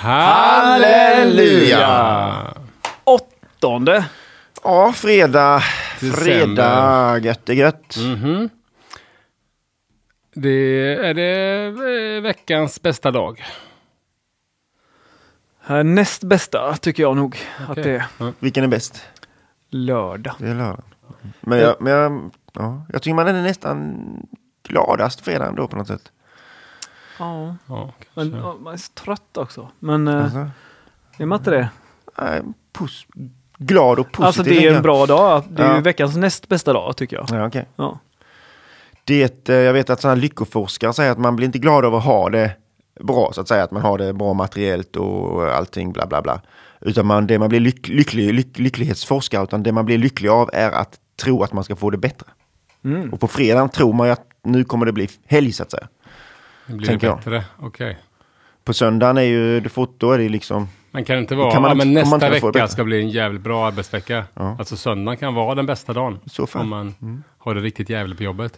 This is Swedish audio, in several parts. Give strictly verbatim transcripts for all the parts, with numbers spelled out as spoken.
Halleluja! Åttonde. Ja, fredag. Fredag, gött är gött. Mm-hmm. Det är det veckans bästa dag. Näst bästa tycker jag nog okay. att det är. Mm. Vilken är bäst? Lördag. Det är lördag. Men, jag, men jag, ja, jag tycker man är nästan gladast fredag ändå på något sätt. Ja, ja men ja, man är så trött också. Men alltså, äh, är man inte det? Äh, pos- glad och positiv. Alltså det är en bra dag. Det är ja. ju veckans näst bästa dag tycker jag. Ja, okay. Ja. Det, jag vet att sådana lyckoforskare säger att man blir inte glad av att ha det bra, så att säga, att man har det bra materiellt och allting bla bla bla. Utan man, det man blir lyck, lycklig, lyck, lycklighetsforskare, utan det man blir lycklig av är att tro att man ska få det bättre. Mm. Och på fredagen tror man ju att nu kommer det bli helg, så att säga. Det blir det bättre, okej. Okay. På söndagen är ju det foto, är det liksom... Man kan inte vara, kan man, ja, men nästa vecka ska bli en jävligt bra arbetsvecka. Ja. Alltså söndagen kan vara den bästa dagen. Så fan. Om man mm. har det riktigt jävligt på jobbet.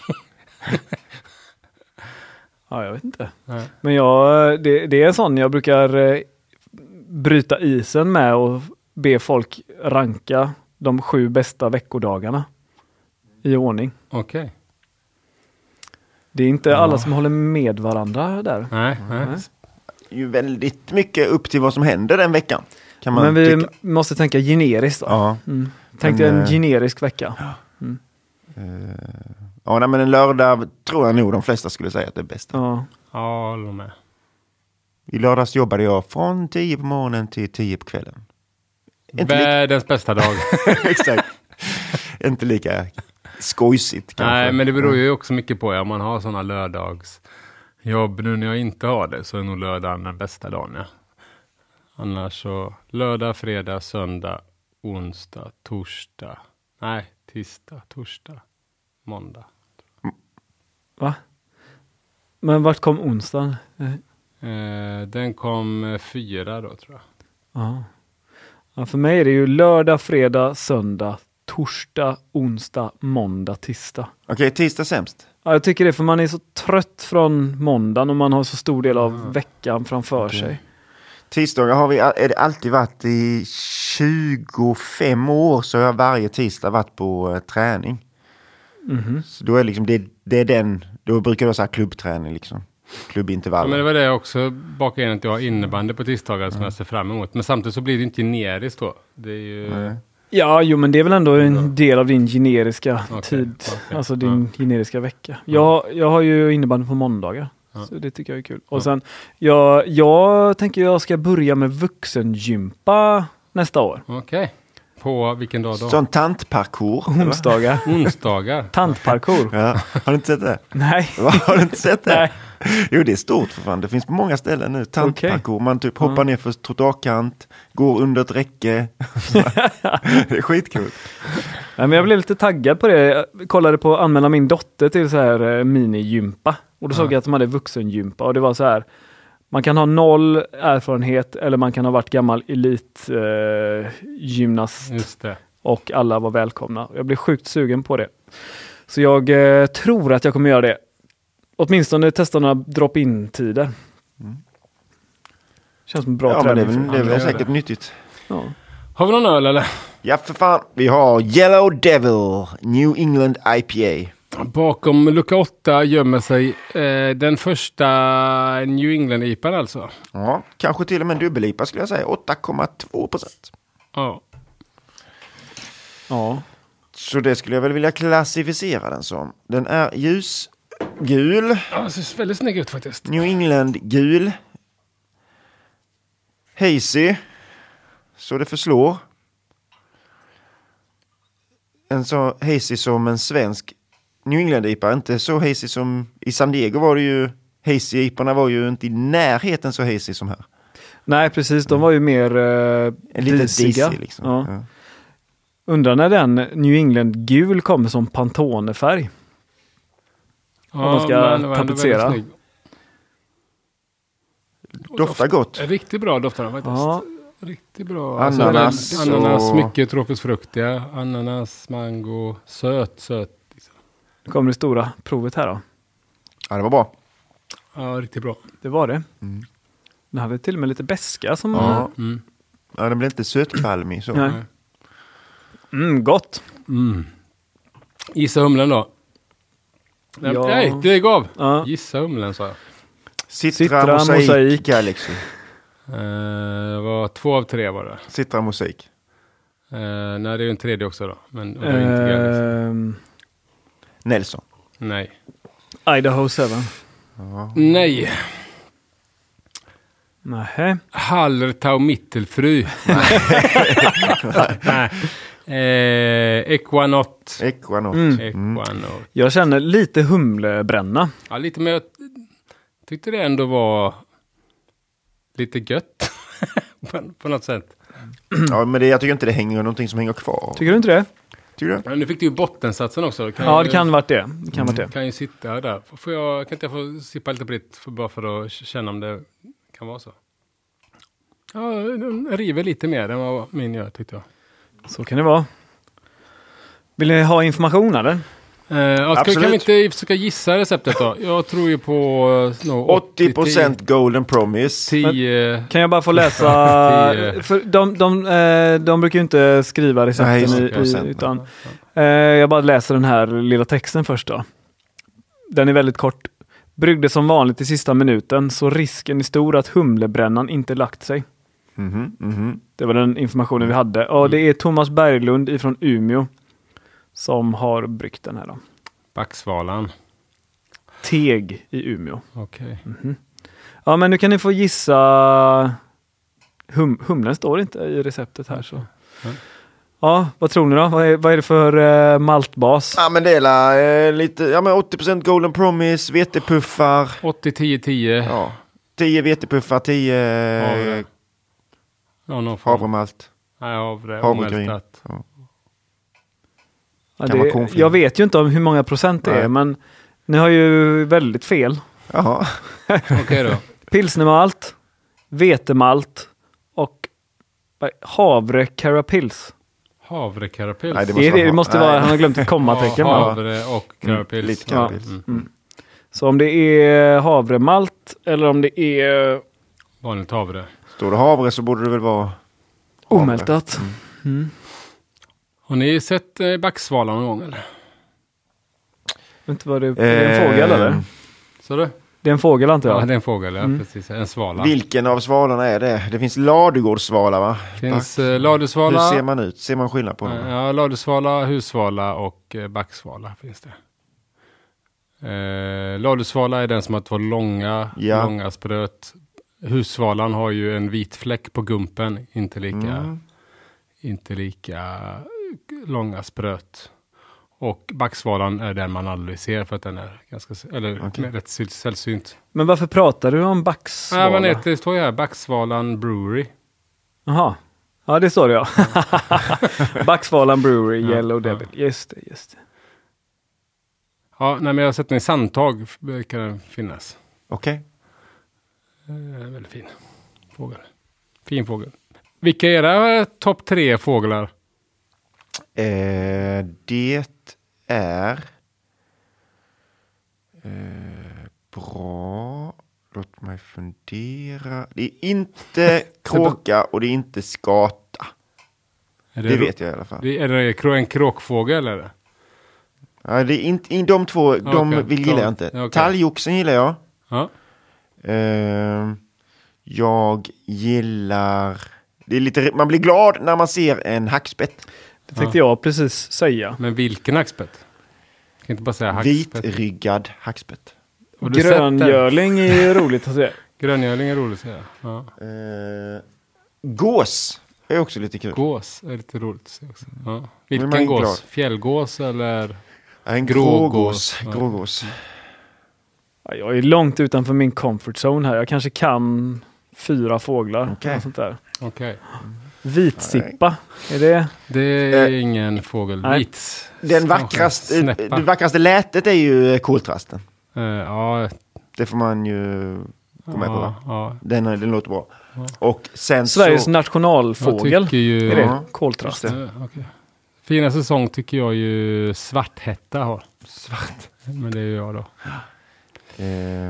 Ja, jag vet inte. Nej. Men jag, det, det är en sån jag brukar eh, bryta isen med och be folk ranka de sju bästa veckodagarna i ordning. Okej. Okay. Det är inte ja. alla som håller med varandra där. Nej, nej. nej. Det är ju väldigt mycket upp till vad som händer den veckan. Kan man Men vi tycka. måste tänka generiskt då. Ja. Mm. Tänk dig en generisk vecka. Mm. Uh, ja, nej, men en lördag tror jag nog de flesta skulle säga att det är bäst. Ja, ja håller med. I lördags jobbade jag från tio på morgonen till tio på kvällen. Världens lika... bästa dag. Exakt. Inte lika skojsigt kanske. Nej, men det beror ju också mycket på. Om man har sådana lördagsjobb. Nu när jag inte har det så är nog lördagen den bästa dagen. Ja. Annars så lördag, fredag, söndag, onsdag, torsdag. Nej, tisdag, torsdag, måndag. Va? Men vart kom onsdagen? Eh, den kom fyra då tror jag. Ja. Ja, för mig är det ju lördag, fredag, söndag, torsdag, onsdag, måndag, tisdag. Okej, okay, tisdag sämst. Ja, jag tycker det, för man är så trött från måndagen och man har så stor del av mm. veckan framför okay. sig. Tisdagar har vi är det alltid varit i tjugofem år, så har jag varje tisdag varit på uh, träning. Mm-hmm. Så då är liksom det, det är den, då brukar det vara så här klubbträning liksom. Klubbintervaller. Ja, men det var det jag också bakade in, att jag har innebandy på tisdagar mm. som jag ser fram emot. Men samtidigt så blir det inte generiskt då. Det är ju... Mm. Ja, jo, men det är väl ändå en del av din generiska okay, tid. Okay. Alltså din ja. generiska vecka. Jag, jag har ju innebandy på måndagar. Ja. Så det tycker jag är kul. Och ja. sen, jag, jag tänker jag ska börja med vuxengympa nästa år. Okej. Okay. På vilken dag då? Sån tantparkour. Onsdagar. Onsdagar. Tantparkour. Ja. Har du inte sett det? Nej. Va? Har du inte sett det? Nej. Jo, det är stort för fan. Det finns på många ställen nu. Tantparkour. Okay. Man typ hoppar ja. ner för trottoarkant, går under ett räcke. Det är skitkul. Ja, men jag blev lite taggad på det. Jag kollade på att anmäla min dotter till så här eh, minigympa. Och då ja. såg jag att de hade vuxengympa. Och det var så här, man kan ha noll erfarenhet eller man kan ha varit gammal elitgymnast. Eh, Just det. Och alla var välkomna. Jag blev sjukt sugen på det. Så jag eh, tror att jag kommer göra det. Åtminstone testa några drop-in-tider. Mm. Känns som en bra ja, träning. Men det är, det är väl säkert det. nyttigt. Ja. Har vi någon öl eller? Ja, för fan. Vi har Yellow Devil New England I P A. Bakom lucka åtta gömmer sig eh, den första New England-I P A alltså. Ja, kanske till och med en dubbel-I P A skulle jag säga. åtta komma två procent. Ja. Ja. Så det skulle jag väl vilja klassificera den som. Den är ljusgul. Ja, det ser väldigt snygg ut faktiskt. New England gul. Hazy. Så det förslår. En så hazy som en svensk New England-I P A. Inte så hazy som i San Diego var det ju. Hazy-I P A var ju inte i närheten så hazy som här. Nej, precis. De var ju mer uh, en liten disiga. Liksom. Ja. Ja. Undrar när den New England gul kommer som Pantone-färg. Ja, om man ska tapetsera. Doftar gott. Riktigt bra doftar den faktiskt. Ja. Riktigt bra. Ananas. Alltså, ananas, och... mycket tropiskt fruktiga. Ananas, mango, söt, söt. Liksom. Nu kommer det stora provet här då. Ja, det var bra. Ja, riktigt bra. Det var det. Mm. Den hade till och med lite beska som... Ja. Mm. Ja, den blir inte sötkvalmig så. Nej. Mm, gott. Mm. Gissa humlen då. Nej, Ja. nej, det gav. Ja. Gissa humlen sa jag. Citra, Citra, mosaik, mosaik. Galaxy. Eh, det var två av tre var det. Citra, mosaik. Eh, nej, det är ju en tredje också då. Men det är inte Galaxy. Ehm, Nelson. Nej. Idaho sju. Ja. Nej. Nähä. Hallertau Mittelfry. Nej. Eh, Equanot. Equanot. Mm. Equanot. Jag känner lite humlebränna. Ja, lite mer. Jag tyckte det ändå var lite gött. på, på något sätt. Ja, men det, jag tycker inte det hänger någonting som hänger kvar. Tycker du inte det? Tycker du? Ja, nu fick du ju bottensatsen också. Kan Ja, ju, det kan varit det. Det kan varit det. kan ju sitta där. Får jag, kan inte jag få sippa lite britt för, bara för att känna om det kan vara så? Ja, den river lite mer än vad min gör, tyckte jag. Så kan det vara. Vill ni ha information eller? Eh, ja, ska, kan vi inte försöka gissa receptet då? Jag tror ju på uh, no, åttio procent golden promise. tio Kan jag bara få läsa? Tio. För de, de, eh, de brukar ju inte skriva recepten Nej, i, i, procent. utan eh, jag bara läser den här lilla texten först då. Den är väldigt kort. Bryggde som vanligt i sista minuten, så risken är stor att humlebrännan inte lagt sig. Mhm, mhm. Det var den informationen vi hade. Och det är Thomas Berglund ifrån Umeå som har bryggt den här då. Backsvalan. Teg i Umeå. Okej. Ja, men nu kan ni få gissa. Hum, humlen står inte i receptet här så. Mm. Ja, vad tror ni då? Vad är, vad är det för uh, maltbas? Ja, men dela eh, lite, ja men åttio procent golden promise, vetepuffar. åttio, tio, tio. Ja. tio vetepuffar, tio Havre. eh, Ja, någon form. havremalt. Nej, havre. Havregryn. Omältat. Ja. Ja, kan vara det, cornflakes. jag vet ju inte om hur många procent det Nej. är, men ni har ju väldigt fel. Jaha. Okej då. Pilsnermalt, vetemalt och vad- havre carapils. Havrekarapils. Nej, det Det, är det, det vara- måste nej. vara, han har glömt ett kommatecken. Ja, va? havre och karapils. lite Ja. karapils. Mm. Mm. Så om det är havremalt eller om det är Vanligt havre. Står det havre så borde det väl vara havre. omältat. Mm. Har ni sett eh, backsvalan någon gång eller? Vet inte vad det, det är en Eh, fågel eller? Så du? Det är en fågel antar Ja, jag. det är en fågel. Ja, Mm. precis. En svala. Vilken av svalorna är det? Det finns ladugårdssvala, va? Finns eh, Hur ladusvala. ser man ut? Ser man skillnad på dem? Ja, ladusvala, hussvala och eh, backsvala finns det. Eh, ladusvala är den som har två långa, Ja. långa spröt. Hussvalan har ju en vit fläck på gumpen. Inte lika, Mm. inte lika långa spröt. Och backsvalan är den man aldrig ser för att den är ganska, eller Okej. rätt sällsynt. Men varför pratar du om backsvala? Ja, men det, det står ju här, Backsvalan Brewery. Jaha. Ja, det står det ja. Backsvalan Brewery, Ja, Yellow ja. Devil. Just det, just det. Ja, nej, men jag har sett den i Sandtag, kan den finnas. Okej. Eh, väldigt fin fågel. Fin fågel. Vilka är era topp tre fåglar? Eh, det är eh, bra. Låt mig fundera. Det är inte kråka och det är inte skata. Är Det vet jag i alla fall. Det, är det krå- en kråkfågel eller? Ja, det är inte, i de två, de Okej, vill gillar jag de- inte. okej. Talgoxen gillar jag. Ja. Eh, jag gillar... Det är lite, man blir glad när man ser en hackspett. Det tänkte jag precis säga. Men vilken hackspett? Jag kan inte bara säga hackspett. Vitryggad hackspett. Har du sett den? Gröngöling är ju roligt att se. Gröngöling är roligt att säga. Ja. Eh, gås är också lite kul. Gås är lite roligt att se också. Ja. Men man Vilken är gås? glad. Fjällgås eller? Ja, en Grågås. grågås. Ja. Grågås. Ja, jag är långt utanför min comfort zone här. Jag kanske kan fyra fåglar. Okej. Och sånt där. Okej. Vitsippa, är det? Det är Eh, ingen fågel. nej. Vits. Den vackraste, Snäppa. det vackraste lätet är ju eh, koltrasten. Eh, ja, Det får man ju gå med på, va? ja, ja. Den, den låter bra. Och sen Sveriges så... nationalfågel. Jag tycker ju... Är det Ja. koltrast? Just det. Eh, okej. Fina säsong tycker jag ju Svarthätta har. Svart. Men det är ju jag då. Eh,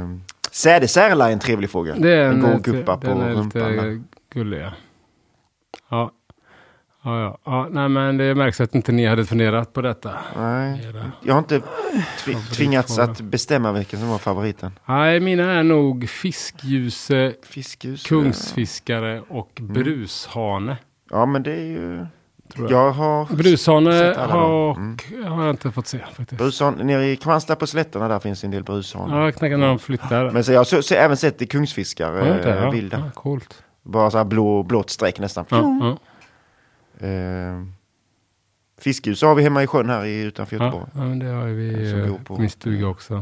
Sädesärla är en trevlig fågel. Det är en, den går och lite- guppar på den är rumpan. lite gullig. Ja. Ja. Ja, ja. ja, nej men det märks att inte ni hade funderat på detta. Nej. Era- Jag har inte tv- tvingats att bestämma vilken som var favoriten. Nej, mina är nog fiskljuse, Fiskljus. kungsfiskare och brushane. Ja, men det är ju... Tror jag. Jag har... Brushane sett alla har, dem. Mm. har jag inte fått se faktiskt. Brushane, nere i Kristianstad på slätterna där finns en del brushane. Ja, jag knäcker när de flyttar. Men så jag har så, så, även sett det kungsfiskar Ja, inte, eh, ja. vilda. Ja, coolt. Bara så här blå, blått streck nästan. Ja, ja. Eh, fiskljus har vi hemma i sjön här i, utanför Göteborg. Ja, ja, men det har vi Som eh, går på- på min stuga också.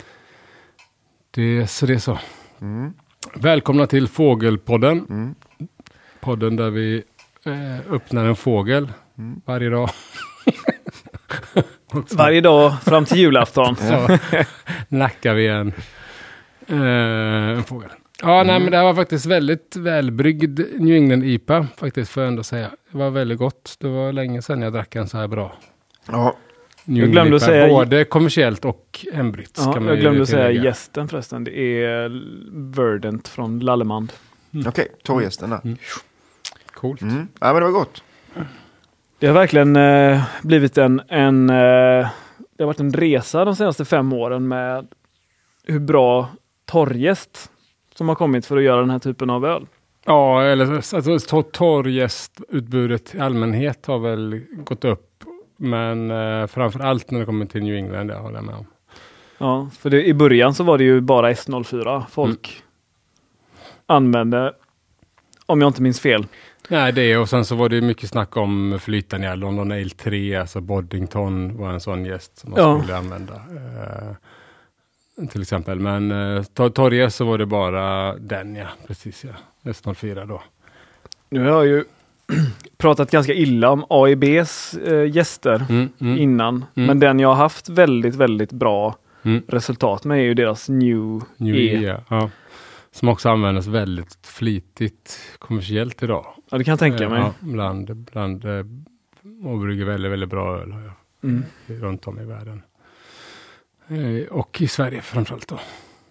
Det, så det är så. Mm. Välkomna till Fågelpodden. Mm. Podden där vi eh, öppnar en fågel Mm. varje dag. Och så- Varje dag fram till julafton. så nackar vi en, eh, en fågel. Ja, nej, men det här var faktiskt väldigt välbryggd New England I P A, faktiskt får jag ändå säga. Det var väldigt gott. Det var länge sedan jag drack en så här bra Ja, New Jag glömde England att I P A. säga- Både kommersiellt och hembrytt. Ja, kan man jag ju glömde säga tillägga. gästen förresten. Det är Verdant från Lallemand. okej. Torrgästen där. Coolt. Mm. Ja, men det var gott. Det har verkligen eh, blivit en, en, eh, det har varit en resa de senaste fem åren med hur bra torrgäst som har kommit för att göra den här typen av öl. Ja, eller alltså, to- torrgästutbudet i allmänhet har väl gått upp. Men eh, framför allt när det kommer till New England, det håller jag med om. Ja, för det, i början så var det ju bara S noll fyra folk använde, om jag inte minns fel. Nej, det och sen så var det mycket snack om flytande i London Ale tre, alltså Boddington var en sån gäst som man Ja. skulle använda. Eh, till exempel, men eh, tor- torrgäst så var det bara den, ja, precis ja. S noll fyra då. Nu har jag ju pratat ganska illa om A E B:s eh, gäster Mm, mm, innan, Mm. men den jag har haft väldigt, väldigt bra mm. resultat med är ju deras New, New E. E, ja. Som också används väldigt flitigt kommersiellt idag. Ja, det kan jag tänka Eh, mig. Ja, bland, bland eh, och brygger väldigt, väldigt bra öl har jag, Mm. runt om i världen. Eh, och i Sverige framförallt då.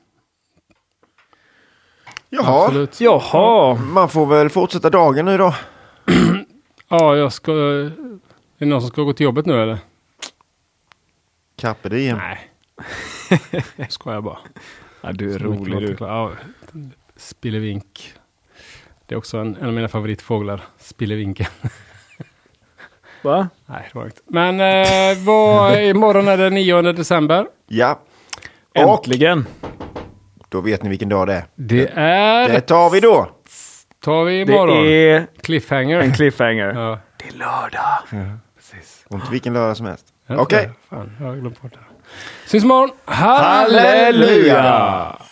Jaha, Absolut. Jaha, man får väl fortsätta dagen nu då. Ja, jag ska... Är det någon som ska gå till jobbet nu eller? Carpe diem. Nej. Ska jag bara. ja, du är Så mycket rolig var du. inte klar. Ja, spillevink. Det är också en, en av mina favoritfåglar. Spillevinken. Va? Nej, det var inte. Men eh, vad, imorgon är det nionde december. Ja, och Äntligen! då vet ni vilken dag det är. Det är... Det tar vi då. tar vi imorgon. Det är Cliffhanger. en cliffhanger. Ja, Det är lördag. precis. Och inte vilken lördag som helst. Ja, Okej. Fan, jag har glömt bort det. Syns imorgon. Halleluja!